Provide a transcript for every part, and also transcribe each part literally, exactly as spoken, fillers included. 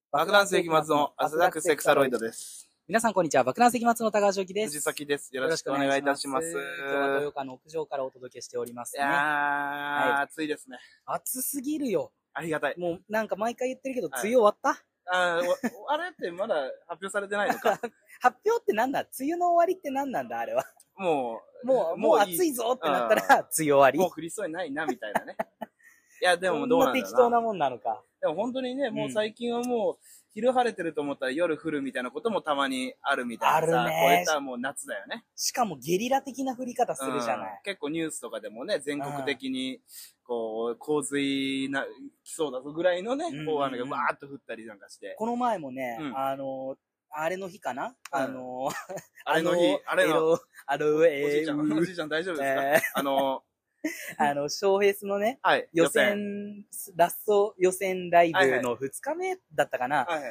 爆弾世紀末のアスダックセクサロイドです。 皆さんこんにちは。爆弾世紀末の高橋樹です。 藤崎です。よろしくお願いいたします。 今日は豊岡の屋上からお届けしておりますね。 いやー、 はい、 暑いですね。 暑すぎるよ。 ありがたい。 もうなんか毎回言ってるけど、梅雨終わった、 はい、あ, あれってまだ発表されてないのか発表ってなんだ、梅雨の終わりって何なんだあれは。 もう、 もう、もう暑いぞってなったら、梅雨終わり。 もう降りそうにないな、みたいなね。いや、でもどうなんだろうな。 そんな適当なもんなのか。 でも本当にね、もう最近はもう、昼晴れてると思ったら夜降るみたいなこともたまにあるみたいなさ。 あるね。 こういったらもう夏だよね。 しかもゲリラ的な降り方するじゃない。 うん、結構ニュースとかでもね、全国的に、こう、洪水な、来そうだぞぐらいのね、大雨がわーっと降ったりなんかして。 この前もね、うん、あの、あれの日かな、うん、あの、 あれの日、あれの、 あの、えー、 おじいちゃん、おじいちゃん大丈夫ですか、えー、あの、 あの、ショーフェスのね、 はい、 予選、ラスト予選ライブのふつかめだったかな、はいはい、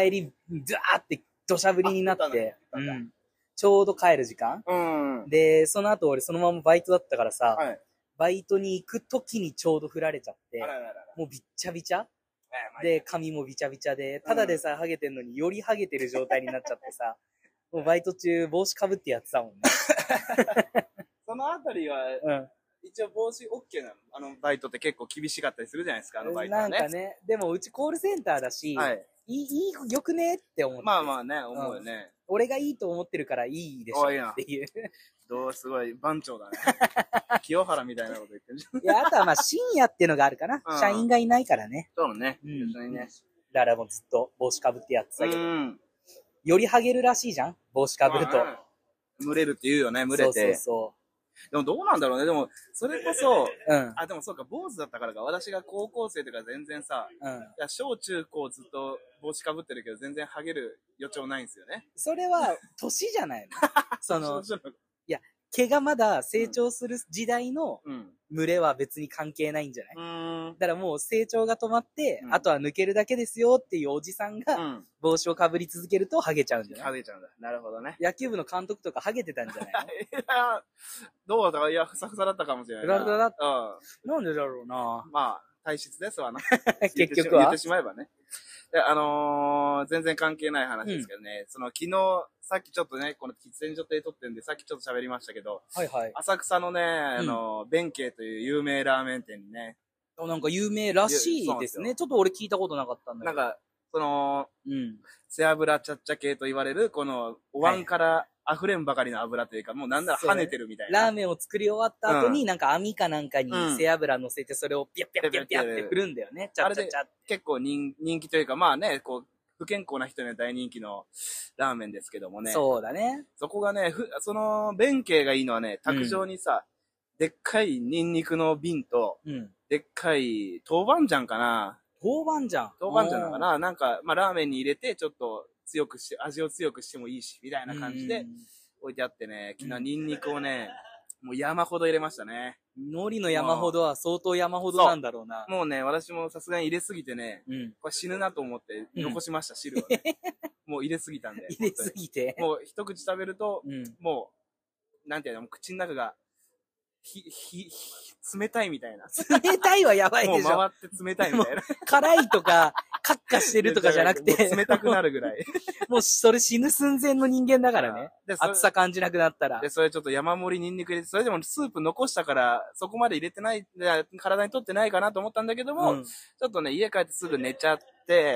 帰り、ずわーって土砂降りになって、うん、ちょうど帰る時間、うん、で、その後俺そのままバイトだったからさ、はい、バイトに行く時にちょうど降られちゃって、あららららもうびっちゃびちゃで、髪もびちゃびちゃで、ただでさえハゲてんのによりハゲてる状態になっちゃってさ、もうバイト中帽子かぶってやってたもんね。 そのあたりは、うん一応帽子 OK なの？あのバイトって結構厳しかったりするじゃないですか、あのバイトはね。 なんかね、でもうちコールセンターだし、はい、いい、いい、よくねって思って。 まあまあね、思うよね、 うん。俺がいいと思ってるからいいでしょっていう。 どうすごい番長だね。清原みたいなこと言ってるじゃん。 いや、あとはまあ深夜っていうのがあるかな。うん、社員がいないからね。 そうね。 うん。ね、だからもうずっと帽子かぶってやってたけど。 うん、 よりハゲるらしいじゃん帽子かぶると。まあね、 蒸れるって言うよね、蒸れて。 そうそうそう。 でもどうなんだろうね。でも、それこそ、うん、あ、でもそうか、坊主だったからか。私が高校生とか全然さ、うん、いや小中高ずっと帽子かぶってるけど、全然ハゲる予兆ないんですよね。 それは、年じゃないのその、いや、毛がまだ成長する時代の群れは別に関係ないんじゃない、うん、だからもう成長が止まって、うん、あとは抜けるだけですよっていうおじさんが、帽子をかぶり続けるとハゲちゃうんじゃない？ ハゲちゃうんだ。なるほどね。 野球部の監督とかハゲてたんじゃないの？ いや、どうだいや、ふさふさだったかもしれないな。 ふさふさだった。うん。なんでだろうな。 まあ、体質ですわな。 結局は言ってしまえばね。で、あのー、全然関係ない話ですけどね、うん、その昨日、さっきちょっとね、この喫煙所で撮ってるんで、さっきちょっと喋りましたけど、はいはい。浅草のね、あの、弁慶という有名ラーメン店にね。 なんか有名らしいですね。ちょっと俺聞いたことなかったんだけど。 なんか、その、うん。背脂ちゃっちゃ系と言われる、この、お椀から溢れんばかりの油というか、はい、もうなんなら跳ねてるみたいな。 ラーメンを作り終わった後に、うん、なんか網かなんかに背脂乗せて、それをピャッピャッピャッピャッって振るんだよね。ちゃっちゃっちゃって。 結構人気というか、まあね、こう、不健康な人には大人気のラーメンですけどもね。 そうだね。 そこがね、ふその、弁慶がいいのはね、卓上にさ、うん、でっかいニンニクの瓶と、うん、でっかい豆板醤かな。 豆板醤豆板醤なのかななんか、まあ、ラーメンに入れて、ちょっと強くし、味を強くしてもいいし、みたいな感じで置いてあってね、昨日ニンニクをね、もう山ほど入れましたね。 海苔の山ほどは相当山ほどなんだろうな。 うもうね、私もさすがに入れすぎてね、うん、これ死ぬなと思って残しました、うん、汁をね。もう入れすぎたんで。 入れすぎて。 もう一口食べると、うん、もう、なんていうの、口の中が、ひ、ひ、ひ、冷たいみたいな。 冷たいはやばいでしょ。 もう回って冷たいみたいな。 辛いとか、カッカしてるとかじゃなくて。 冷たくなるぐらい。 もうそれ死ぬ寸前の人間だからね。熱さ感じなくなったら。 で、それちょっと山盛りニンニク入れて、それでもスープ残したから、そこまで入れてない、体にとってないかなと思ったんだけども、うん、ちょっとね、家帰ってすぐ寝ちゃって、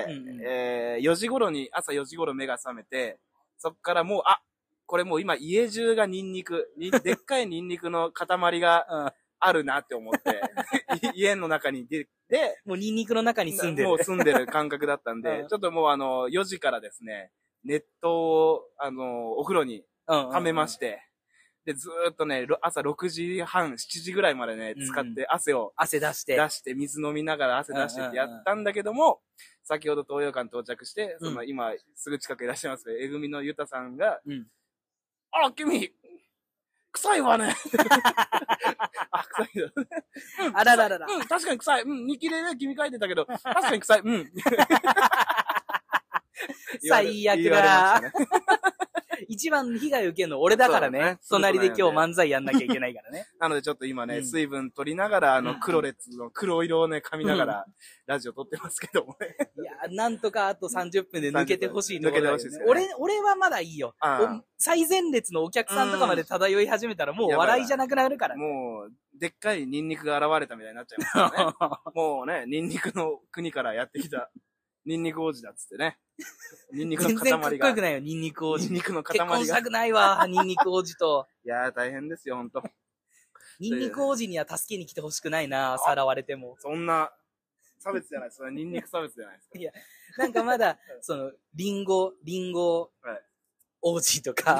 うんうん、えー、よじ頃に、朝よじ頃目が覚めて、そっからもう、あ、これもう今家中がニンニク、でっかいニンニクの塊があるなって思って、家の中にで、で、 もうニンニクの中に住んでる。 もう住んでる感覚だったんで、うん、ちょっともうあの、よじからですね、熱湯を、あの、お風呂に溜めまして、うんうんうん、で、ずーっとね、朝ろくじはん、しちじぐらいまでね、使って汗を、 汗出して、 出して、水飲みながら汗出してってやったんだけども、先ほど東洋館到着して、その今、すぐ近くいらっしゃいますけど、えぐみのゆたさんが、うんあら、君、臭いわね。あ、臭いだ。 うん、あらららら。 うん、確かに臭い。うん、日記でね、君書いてたけど、確かに臭い。うん。 最悪だ。ね、一番被害を受けるの俺だからね。ね隣で今日漫才やんなきゃいけないからね。 なのでちょっと今ね、うん、水分取りながら、あの、黒列の黒色をね、噛みながら、ラジオ撮ってますけどもね。 いやなんとかあとさんじゅっぷんで抜けてほしいところだよね。抜けてほしいですね。俺、俺はまだいいよ。最前列のお客さんとかまで漂い始めたらもう笑いじゃなくなるから。 もう、でっかいニンニクが現れたみたいになっちゃいますからね。もうね、ニンニクの国からやってきた、ニンニク王子だっつってね。ニンニクの塊が。 全然かっこよくないよ、ニンニク王子。 ニンニクの塊が。 結婚したくないわ、ニンニク王子と。 いやー、大変ですよ、ほんと。 ニンニク王子には助けに来てほしくないな、さらわれても。 そんな、差別じゃないですか。ニンニク差別じゃないですか。 いや、なんかまだ、その、リンゴ、リンゴ、王子とか、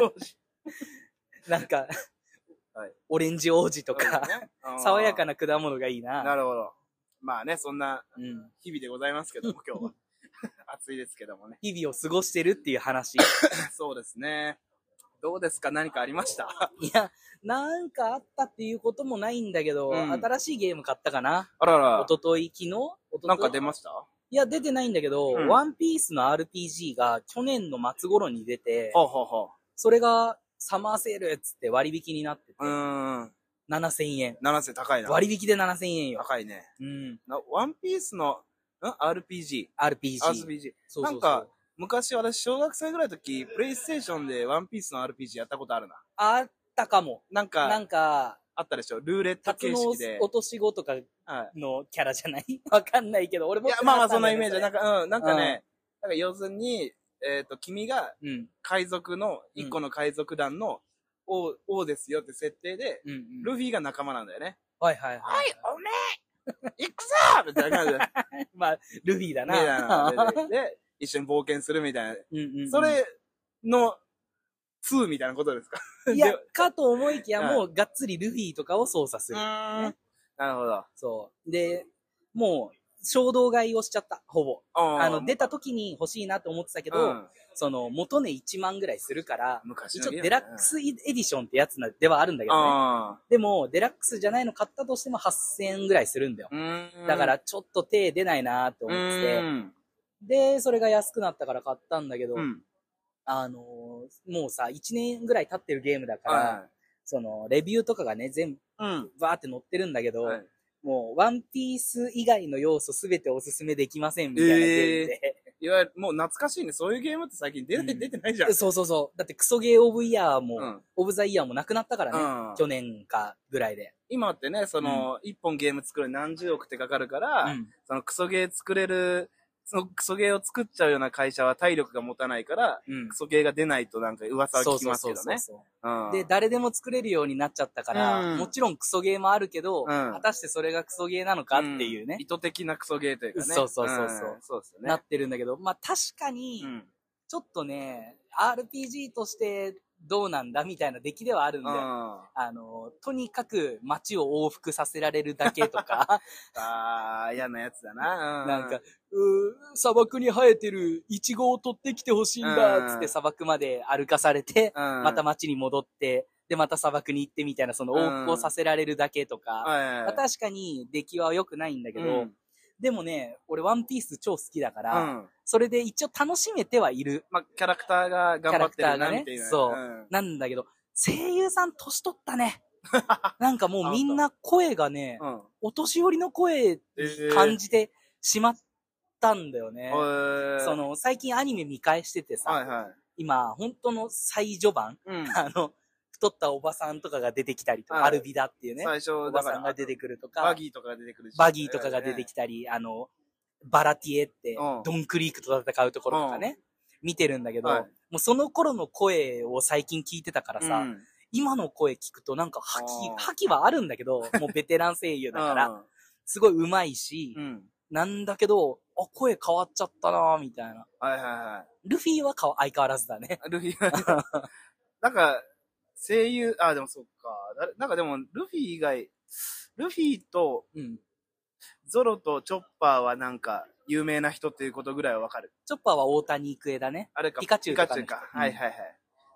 なんか、はい、オレンジ王子とか、ね、爽やかな果物がいいな。 なるほど。まあね、そんな日々でございますけども、今日は。暑いですけどもね。 日々を過ごしてるっていう話。 そうですね。どうですか？何かありました？ いや、なんかあったっていうこともないんだけど、うん、新しいゲーム買ったかな。 あらら。 おととい、昨日なんか出ました？ いや、出てないんだけど、うん、ワンピースの アールピージー が去年の末頃に出て、 はははそれがサマーセールっつって割引になってて、うーんななせんえん。 ななせん高いな。 割引でななせんえんよ。 高いね。 うん。 ワンピースの、ん アールピージー。 アールピージー。 アールピージー。そうそうそう。なんか、昔私小学生ぐらいの時、プレイステーションでワンピースの アールピージー やったことあるな。 あったかも。 なんか、 なんか、 あったでしょ。ルーレット形式で。 の落とし子とかのキャラじゃない？わかんないけど、俺も。 いや、まあまあそんなイメージ。なんか、うん、なんかね、なんか要するに、えっと、君が、海賊の、一個の海賊団の王、王ですよって設定で、ルフィが仲間なんだよね。 はいはいはい。 はい、おめえ行くぞみたいな感じで。 まあ、ルフィだな。 みたいな。で、一緒に冒険するみたいな。それの、にみたいなことですか？ いや、かと思いきや、もうがっつりルフィとかを操作する。 なるほど。 そう。で、もう、衝動買いをしちゃった、ほぼ。あの、出た時に欲しいなって思ってたけど、その、元値いちまんぐらいするから、一応デラックスエディションってやつではあるんだけどね。でも、デラックスじゃないの買ったとしてもはっせんえんぐらいするんだよ。だから、ちょっと手出ないなって思ってて。で、それが安くなったから買ったんだけど、あのー、もうさ、いちねんぐらい経ってるゲームだから、はい、その、レビューとかがね、全部、バーって載ってるんだけど、はい、もう、ワンピース以外の要素すべておすすめできませんみたいなゲームで。 えー、いわゆる、もう懐かしいね。そういうゲームって最近出て、うん、出てないじゃん。 そうそうそう。だってクソゲーオブイヤーも、うん、オブザイヤーもなくなったからね。うん、去年かぐらいで。 今ってね、その、一、うん、本ゲーム作るのに何十億ってかかるから、うん、そのクソゲー作れる、そのクソゲーを作っちゃうような会社は体力が持たないから、うん、クソゲーが出ないとなんか噂は聞きますけどね。 で、誰でも作れるようになっちゃったから、うん、もちろんクソゲーもあるけど、うん、果たしてそれがクソゲーなのかっていうね。 うん、意図的なクソゲーというかね。 そうそうそうそう。うん、そうですよね。なってるんだけど、まあ確かに、ちょっとね、アールピージー としてどうなんだみたいな出来ではあるんだよ。あの、とにかく街を往復させられるだけとか。 ああ、嫌なやつだな。 なんか、う砂漠に生えてるイチゴを取ってきてほしいんだつって砂漠まで歩かされて、また街に戻って、で、また砂漠に行ってみたいな、その往復をさせられるだけとか。まあ、確かに出来は良くないんだけど、うん、でもね、俺ワンピース超好きだから、うん、それで一応楽しめてはいる。 まあ、キャラクターが頑張ってるなみたいな。 ね、そう、うん。なんだけど、声優さん年取ったね。なんかもうみんな声がね、うん、お年寄りの声感じてしまったんだよね。えー、その、最近アニメ見返しててさ、はいはい、今、本当の最序盤、うん、あの、太ったおばさんとかが出てきたりとか、アルビダっていうね、最初おばさんが出てくるとか、 バギーとかが出てくる、 バギーとかが出てきたり、あの、バラティエって、ドンクリークと戦うところとかね、見てるんだけど、はい、もうその頃の声を最近聞いてたからさ、うん、今の声聞くとなんか覇気、覇気はあるんだけど、もうベテラン声優だから、すごい上手いし、うん、なんだけど、あ、声変わっちゃったなみたいな。 はいはいはい。 ルフィは相変わらずだね。 ルフィは、なんか、声優、あ、でもそっか。なんかでも、ルフィ以外、ルフィと、うん、ゾロとチョッパーはなんか、有名な人っていうことぐらいはわかる。 チョッパーは大谷育恵だね。 あれか。 ピカチュウとか、 ね。ピカチュウか。うん、はいはいはい。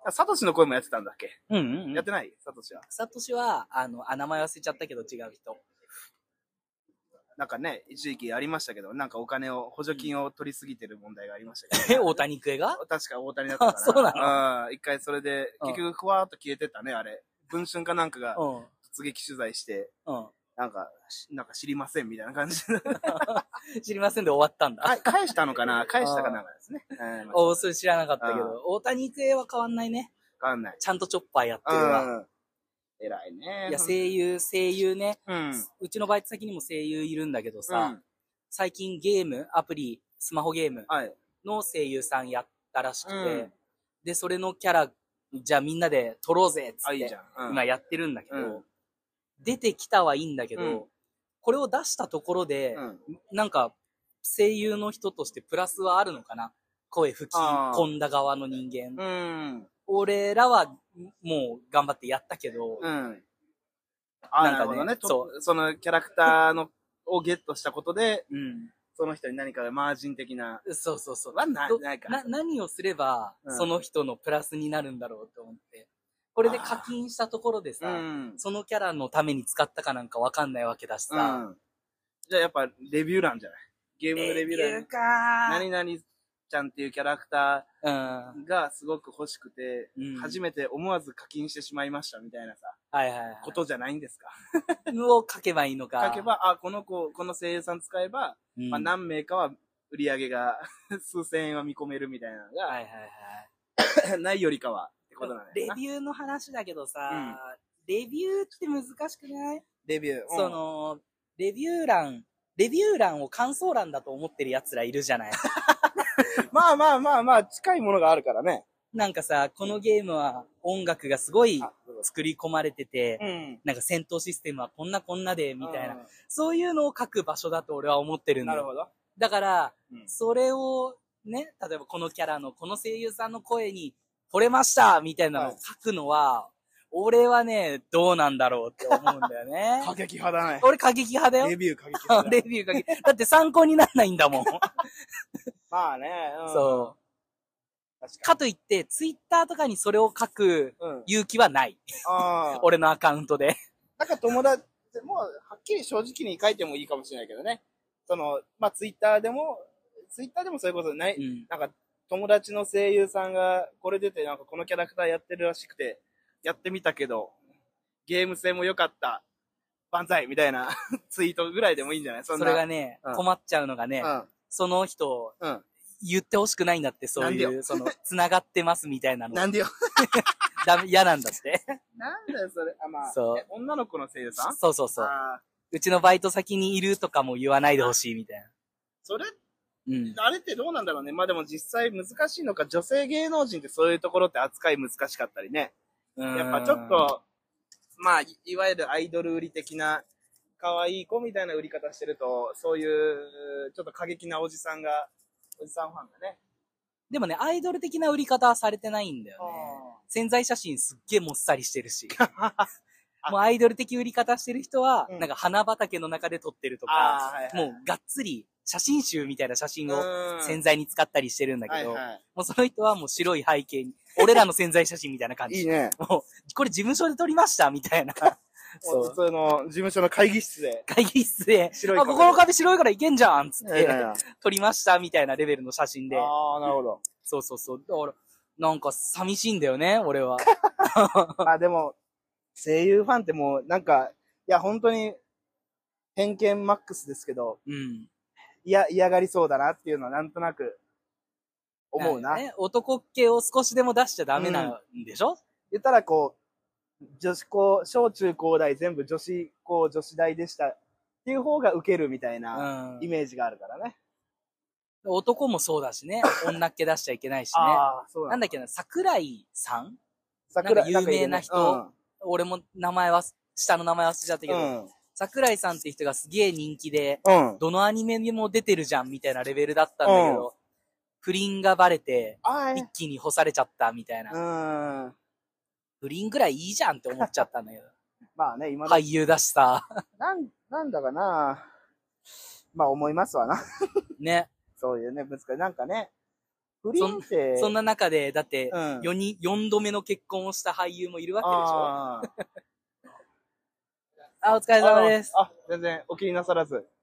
サトシの声もやってたんだっけ？ うんうん、うん。 やってないサトシは。 サトシは、あの、あ、名前忘れちゃったけど違う人。 なんかね、一時期ありましたけど、なんかお金を、補助金を取りすぎてる問題がありましたけど、ね。 え、大谷育恵が？ 確か大谷だったから。 そうなの？うん。一回それで、結局ふわーっと消えてたね、あれ。文春かなんかが突撃取材して、うん。 なんか、なんか知りませんみたいな感じで。知りませんで終わったんだ。 返したのかな返したかなんかですね。 おー、それ知らなかったけど、大谷育英は変わんないね。 変わんない。 ちゃんとチョッパーやってるわ。 偉いね。 いや、声優、声優ね。うん。うちのバイト先にも声優いるんだけどさ、うん、最近ゲーム、アプリ、スマホゲームの声優さんやったらしくて、はい、で、それのキャラ、じゃあみんなで撮ろうぜっつって、うん、今やってるんだけど、うん、出てきたはいいんだけど、うん、これを出したところで、うん、なんか、声優の人としてプラスはあるのかな？声吹き込んだ側の人間。うん、俺らはもう頑張ってやったけど、うん、 なんかね、ねそう、そのキャラクターのをゲットしたことで、うん、その人に何かマージン的な。 そうそうそう。 はな、ないか。 な、何をすれば、その人のプラスになるんだろうと思って。これで課金したところでさ、うん、そのキャラのために使ったかなんかわかんないわけだしさ。うん、 じゃあやっぱレビュー欄じゃない？ゲームのレビュー欄。レビューか何々ちゃんっていうキャラクターがすごく欲しくて、うん、初めて思わず課金してしまいましたみたいなさ、 はいはいはい、 ことじゃないんですか。 を書けばいいのか。 書けば、あ、この子、この声優さん使えば、うん、まあ何名かは売り上げが数千円は見込めるみたいなのが、はいはいはい、ないよりかはってことなんだよな。 レビューの話だけどさ、うん、レビューって難しくない？ レビュー。うん、 その、レビュー欄、レビュー欄を感想欄だと思ってる奴らいるじゃない。 まあまあまあまあ、近いものがあるからね。 なんかさ、このゲームは音楽がすごい作り込まれてて、うん、なんか戦闘システムはこんなこんなで、みたいな、うん、そういうのを書く場所だと俺は思ってるんだよ。なるほど。だから、うん、それをね、例えばこのキャラの、この声優さんの声に惚れましたみたいなのを書くのは、はい、俺はね、どうなんだろうって思うんだよね。 過激派だね。 俺過激派だよ。 レビュー過激派だ。 レビュー過激。だって参考にならないんだもん。 まあね、 うん。そう。確かに。かといって、ツイッターとかにそれを書く勇気はない。うん、俺のアカウントで。 なんか友達、もうはっきり正直に書いてもいいかもしれないけどね。その、まあツイッターでも、ツイッターでもそういうことない、うん、なんか友達の声優さんがこれ出てなんかこのキャラクターやってるらしくて、やってみたけど、ゲーム性も良かった。万歳みたいなツイートぐらいでもいいんじゃない？ そんな。 それがね、うん、困っちゃうのがね、うん、その人、うん、言ってほしくないんだって、そういう、その、繋がってますみたいなの。 なんでよ。 だめ、嫌なんだって。 なんだよ、それ。あ、まあ、そう。女の子の声優さん？ そうそうそう。うちのバイト先にいるとかも言わないでほしいみたいな。 それ、うん、あれってどうなんだろうね。まあでも実際難しいのか、女性芸能人ってそういうところって扱い難しかったりね。やっぱちょっと、まあ、い, いわゆるアイドル売り的な、可愛い子みたいな売り方してると、そういう、ちょっと過激なおじさんが、おじさんファンがね。 でもね、アイドル的な売り方はされてないんだよね。宣材写真すっげえもっさりしてるし。もうアイドル的売り方してる人は、うん、なんか花畑の中で撮ってるとか、はいはい、もうがっつり写真集みたいな写真を宣材に使ったりしてるんだけど、はいはい、もうその人はもう白い背景に、俺らの宣材写真みたいな感じ。 いいね。 もう、これ事務所で撮りましたみたいな。 そう。普通の事務所の会議室で。 会議室で。白いあ、ここの壁白いからいけんじゃんつって、撮りましたみたいなレベルの写真で。 ああ、なるほど。 そうそうそう。だから、なんか寂しいんだよね、俺は。 あ、でも、声優ファンってもう、なんか、いや、本当に、偏見マックスですけど、うん。いや、嫌がりそうだなっていうのはなんとなく、思うな。ね、 男っ気を少しでも出しちゃダメなんでしょ、うん、 言ったらこう、女子高、小中高大全部女子高、女子大でしたっていう方がウケるみたいなイメージがあるからね。 うん、男もそうだしね。女っ気出しちゃいけないしね。あ、そうなんだ。なんだっけな、桜井さん桜井、なんか有名な人、ね、うん、俺も名前は、下の名前忘れちゃったけど、うん、桜井さんって人がすげえ人気で、うん、どのアニメにも出てるじゃんみたいなレベルだったんだけど、うん、不倫がバレて、一気に干されちゃったみたいな。うん、不倫ぐらいいいじゃんって思っちゃったんだけど。 まあね、今俳優だしさ。 なん、なんだかなまあ思いますわな。ね。そういうね、ぶつかり、なんかね、不倫って。 そんな中で、だって、よにん、よんどめの結婚をした俳優もいるわけでしょ。ああ、お疲れ様です。 あ、全然お気になさらず。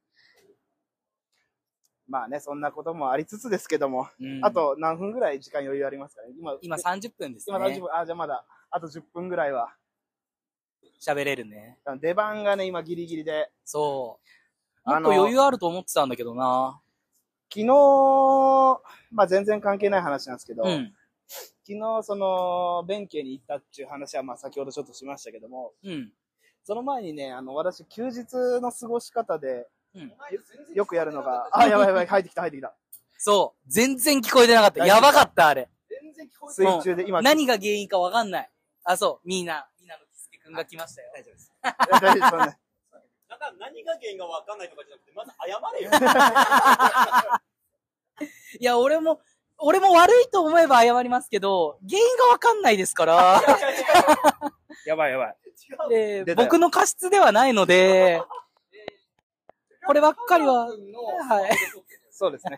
まあね、そんなこともありつつですけども、うん、あと何分ぐらい時間余裕ありますかね。 今、今さんじゅっぷんですね。 今さんじゅっぷん、あ、じゃあまだ、あとじゅっぷんぐらいは。 喋れるね。 出番がね、今ギリギリで。 そう。もっと余裕あると思ってたんだけどな。 昨日、まあ全然関係ない話なんですけど、うん、昨日、その、弁慶に行ったっていう話は、まあ先ほどちょっとしましたけども、うん、その前にね、あの、私、休日の過ごし方で、うん、よ, よくやるのが、あ、やばいやばい、入ってきた、入ってきた。 そう。全然聞こえてなかった。やばかった、あれ。全然聞こえてなかった。水中で今。何が原因かわかんない。あ、そう。みんな、みんなのキスケくんが来ましたよ。大丈夫です。大丈夫です。 だから何が原因がわかんないとかじゃなくて、まず謝れよ。 いや、俺も、俺も悪いと思えば謝りますけど、原因がわかんないですから。 やばいやばい。 えー、僕の過失ではないので、こればっかりは、はい。 そうですね。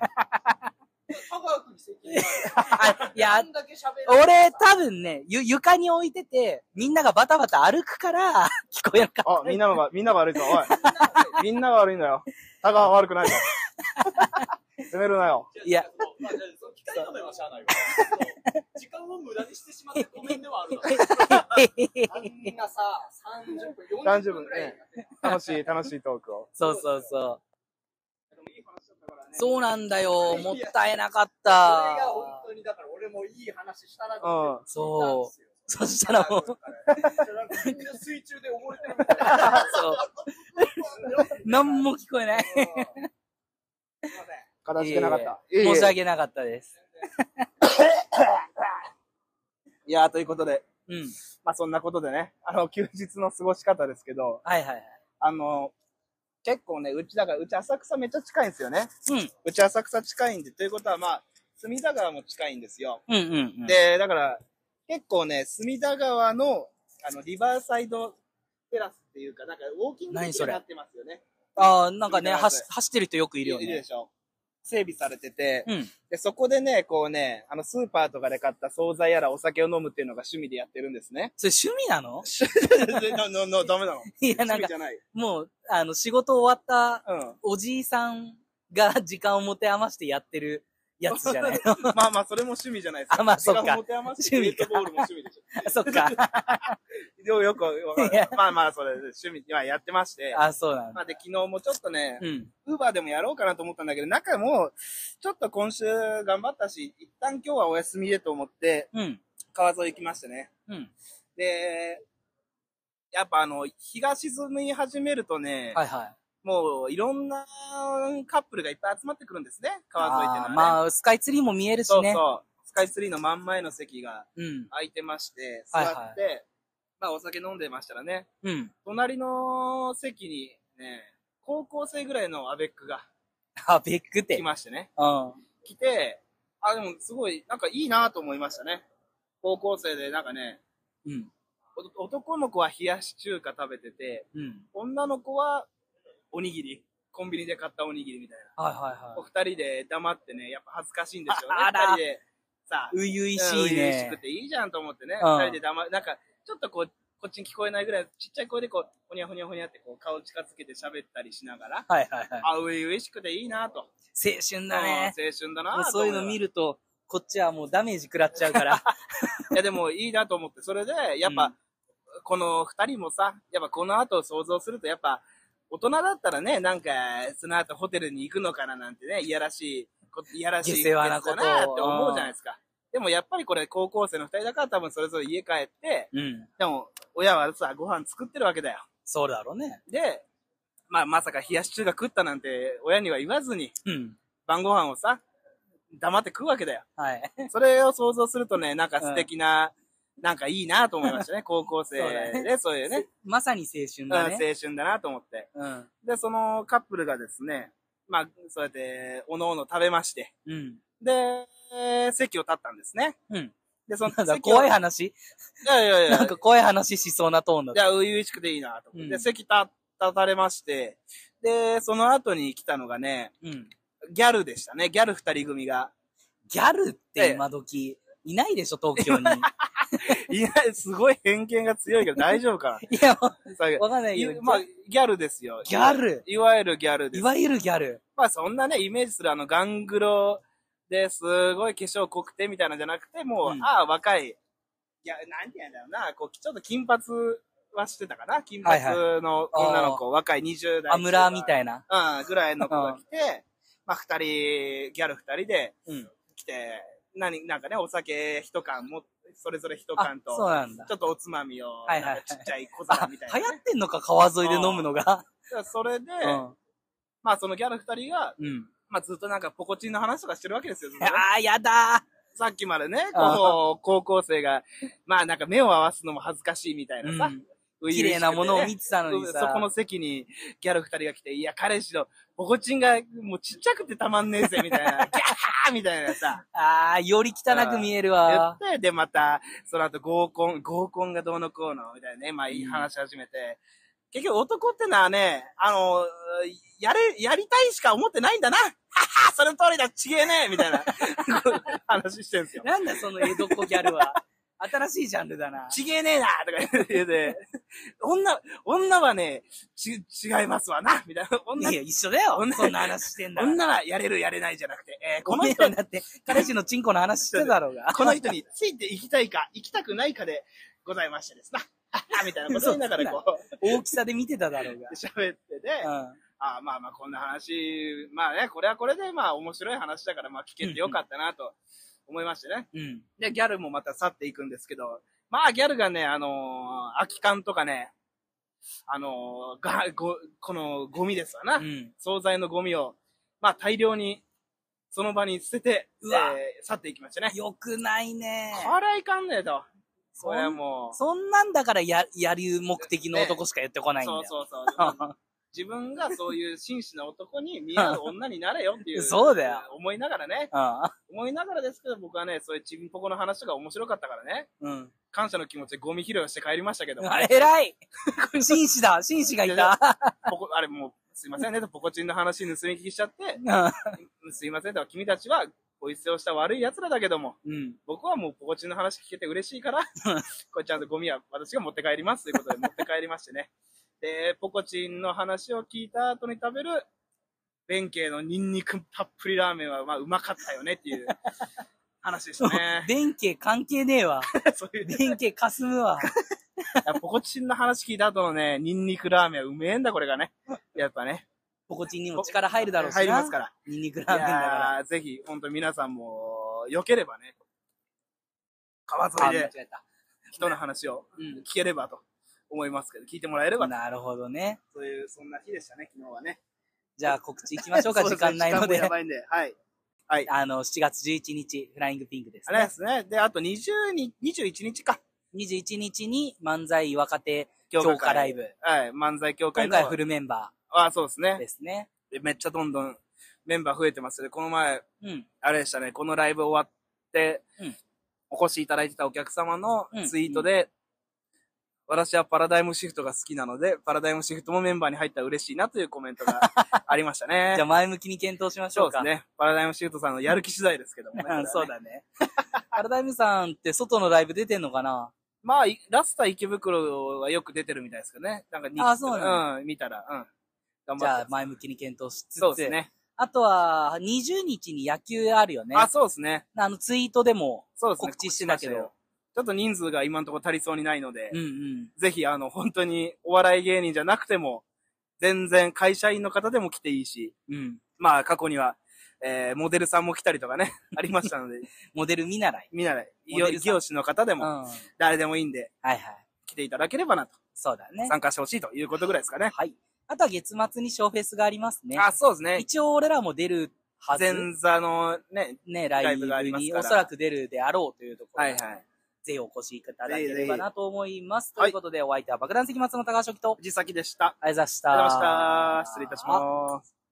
いや、俺多分ね、ゆ、床に置いてて、みんながバタバタ歩くから、聞こえなかった。 あ、みんなのが、みんなが悪いぞ、おい。みんなが悪いんだよ。タガは悪くないぞ。責めるなよ。 いや、機械止めはしゃあないわ。時間を無駄にしてしまってごめんではあるわ。あんなさ、さんじゅっぷん、よんじゅっぷんくらい。 楽しい、楽しいトークを。 そうそうそう。そうなんだよ。もったいなかった。 それが本当に、だから俺もいい話したなと。 そう。そしたらもう。 みんな水中で溺れてるみたいな。そう。 何も聞こえない。 すいません。 片付けなかった。 申し訳なかったです。 いやー、ということで。 うん。 まあそんなことでね、あの、休日の過ごし方ですけど。 はいはいはい。 あの、結構ね、うちだから、うち浅草めっちゃ近いんですよね。 うん。 うち浅草近いんで、ということはまあ、隅田川も近いんですよ。 うんうんうん。 で、だから、結構ね、隅田川の、あの、リバーサイドテラスっていうか、なんかウォーキングになってますよね。 ああ、なんかね、走、走ってる人よくいるよね。 いるでしょ。整備されてて、 うん、 で、そこでね、こうね、あの、スーパーとかで買った惣菜やらお酒を飲むっていうのが趣味でやってるんですね。 それ趣味なのののダメなのいや、なんか、もう、あの、仕事終わったおじいさんが時間を持て余してやってるやつじゃないのまあまあ、それも趣味じゃないですか。 あ、まあ、そっか。 時間を持て余してゲートボールも趣味でしょ。 そっか。 よく、よくまあまあ、それ、趣味はやってまして。 あ、そうなんだ。 まあで、昨日もちょっとね、 うん。 ウーバーでもやろうかなと思ったんだけど、中も、ちょっと今週頑張ったし、一旦今日はお休みでと思って、 うん。 川沿い行きましてね。 うん。 で、やっぱあの、日が沈み始めるとね、 はいはい。 もういろんなカップルがいっぱい集まってくるんですね、川沿いっていうのはね。 まあ、スカイツリーも見えるしね。 そうそう。スカイツリーの真ん前の席が空いてまして、うん、座って、はいはい、まあお酒飲んでましたらね、 うん、 隣の席にね、高校生ぐらいのアベックがアベックって来ましてね。 うん、 来て、あ、でもすごい、なんかいいなと思いましたね。高校生でなんかね、 うん、 男の子は冷やし中華食べてて、 うん、 女の子はおにぎり。コンビニで買ったおにぎりみたいな。 はいはいはい。 お二人で黙ってね、やっぱ恥ずかしいんでしょうね。二人でさ、 ういういしいね。 ういういしくていいじゃんと思ってね。二人で黙、なんか、ちょっとこう、こっちに聞こえないぐらい、ちっちゃい声でこう、ほにゃほにゃほにゃってこう、顔近づけて喋ったりしながら。 はいはいはい。 あ、ういういしくていいなと。 青春だね。 青春だなと。 そういうの見ると、こっちはもうダメージ食らっちゃうから。 いやでもいいなと思って、それで、やっぱ、うん、この二人もさ、やっぱこの後を想像すると、やっぱ、大人だったらね、なんか、その後ホテルに行くのかななんてね、いやらしい、いやらしい下世話なことだなって思うじゃないですか。でもやっぱりこれ高校生の二人だから多分それぞれ家帰って、 うん、 でも親はさ、ご飯作ってるわけだよ。 そうだろうね。 で、まあまさか冷やし中華食ったなんて親には言わずに、 うん、 晩ご飯をさ、黙って食うわけだよ。 はい。 それを想像するとね、なんか素敵な、うんなんかいいなと思いましたね、高校生で、ね、そういうね。 まさに青春だね。 うん、青春だなと思って。 うん。 で、そのカップルがですね、まあ、そうやって、おのおの食べまして。 うん。 で、席を立ったんですね。 うん。 で、そのなんか怖い話いやいやいや。 なんか怖い話しそうなトーンだった。 いや、初々しくていいなと思って。うん、で、席立、立たれまして、で、その後に来たのがね、 うん。 ギャルでしたね、ギャル二人組が。 ギャルって今時、いないでしょ、東京に。 いや、すごい偏見が強いけど大丈夫かいや、わかんないけど。 まあ、ギャルですよ。 ギャルいわゆるギャルです。 いわゆるギャル。 まあ、そんなね、イメージするあの、ガングロですごい化粧濃くてみたいなのじゃなくて、もう、うん、ああ、若い。いや、なんて言うんだろうな、こう、ちょっと金髪はしてたかな。金髪の女の子、若いにじゅう代。 アムラーみたいな。 うん、ぐらいの子が来て、まあ二人、ギャル二人で来て、何、なんかね、お酒一缶も、それぞれ一缶と、 そうなんだ。 ちょっとおつまみを、はいはい。ちっちゃい小皿みたいな、ね。 流行ってんのか、川沿いで飲むのが。 それで、まあそのギャル二人が、まあずっとなんかポコチンの話とかしてるわけですよ。 ああ、やだー。さっきまでね、こう、高校生が、まあなんか目を合わすのも恥ずかしいみたいなさ。 綺麗なものを見てたのにさ。 そこの席にギャル二人が来て、いや、彼氏のポコチンがもうちっちゃくてたまんねえぜ、みたいな。ギャーみたいなさ。 ああ、より汚く見えるわ。 言って、で、また、その後合コン、合コンがどうのこうの、みたいなね、まあいい話し始めて。うん、結局男ってのはね、あの、やれ、やりたいしか思ってないんだな。ははその通りだ、ちげえねみたいな話してるんですよ。 なんだその江戸っ子ギャルは。新しいジャンルだな。 ちげえねえなとか言って、女、女はね、ち、違いますわなみたいな。 女いや、一緒だよ。女そんな話してんだ。 女はやれるやれないじゃなくて、 えー、この人だって、彼氏のチンコの話してただろうが。 この人についていきたいか、行きたくないかでございましてですな。みたいなこと言いながらこう。 大きさで見てただろうが。 喋ってて、うん、あまあまあこんな話、まあね、これはこれでまあ面白い話だから、まあ聞けてよかったなと。思いましてね。うん。で、ギャルもまた去っていくんですけど、まあギャルがね、あのー、空き缶とかね、あのー、が、ご、このゴミですわな。うん。惣菜のゴミを、まあ大量に、その場に捨てて、えー、去っていきましたね。 よくないね。 これはいかんねえと。それはもう。そんなんだからや、やる目的の男しか言ってこないんだよ。 ね、そうそうそう。自分がそういう真摯な男に見合う女になれよっていう。 そうだよ。 思いながらね。思いながらですけど、僕はね、そういうちびんぽこの話とか面白かったからね。うん。感謝の気持ちでゴミ拾いをして帰りましたけど、ね。 あ、偉い紳士だ紳士がいたポコあれもう、すいませんね、ポコチンの話盗み聞きしちゃって、すいませんと、君たちは、ポイ捨てをした悪い奴らだけども、うん、僕はもうポコチンの話聞けて嬉しいから、これちゃんとゴミは私が持って帰りますということで持って帰りましてね。で、ポコチンの話を聞いた後に食べる、弁慶のニンニクたっぷりラーメンは、まあ、うまかったよねっていう話でしたね。 弁慶関係ねえわ。そういう、ね。弁慶かすむわ。 ポコチンの話聞いた後のね、ニンニクラーメンはうめえんだ、これがね。やっぱね。 ポコチンにも力入るだろうしな。 入りますから。 ニンニクラーメンだから。 ぜひ、本当に皆さんも、良ければね、川沿いで、人の話を聞ければと。思いますけど、聞いてもらえれば。 なるほどね。 そういう、そんな日でしたね、昨日はね。 じゃあ告知行きましょうか、時間ないので。 時間もやばいんで、はい。はい。 あの、しちがつじゅういちにち、フライングピンクですね。あれですね。で、あとにじゅうに、にじゅういちにちか。 にじゅういちにちに漫才若手強化ライブ。 はい、漫才協会の。今回フルメンバー。ああ、そうですね。 ですね。 で、めっちゃどんどんメンバー増えてますね。この前、うん、あれでしたね、このライブ終わって、うん、お越しいただいてたお客様のツイートで、うんうん、私はパラダイムシフトが好きなので、パラダイムシフトもメンバーに入ったら嬉しいなというコメントがありましたね。 じゃあ前向きに検討しましょうか。 そうですね。パラダイムシフトさんのやる気次第ですけどもね。 ねそうだね。パラダイムさんって外のライブ出てんのかな？ まあ、ラスタ池袋はよく出てるみたいですけどね。なんかあ、そうなのうん、見たら、うん。頑張って。 じゃあ前向きに検討しつつ。 そうですね。 あとは、にじゅうにちに野球あるよね。 あ、そうですね。 あの、ツイートでも告知してたけど。 ちょっと人数が今のところ足りそうにないので、うんうん、ぜひ、あの、本当にお笑い芸人じゃなくても、全然会社員の方でも来ていいし、うん、まあ、過去には、えー、モデルさんも来たりとかね、ありましたので。 モデル見習い見習い。異業種の方でも、誰でもいいんで、 はいはい。 来ていただければなと。 そうだね。 参加してほしいということぐらいですかね。 はい。あとは月末にショーフェスがありますね。 あ、そうですね。 一応俺らも出るはず。 前座のね、 ね、ライブにおそらく出るであろうというところ。はいはい。ぜひお越しいただければなと思います。ということで、お相手は爆弾石松の高橋樹と藤崎でした。 ありがとうございました。 ありがとうございました。失礼いたします。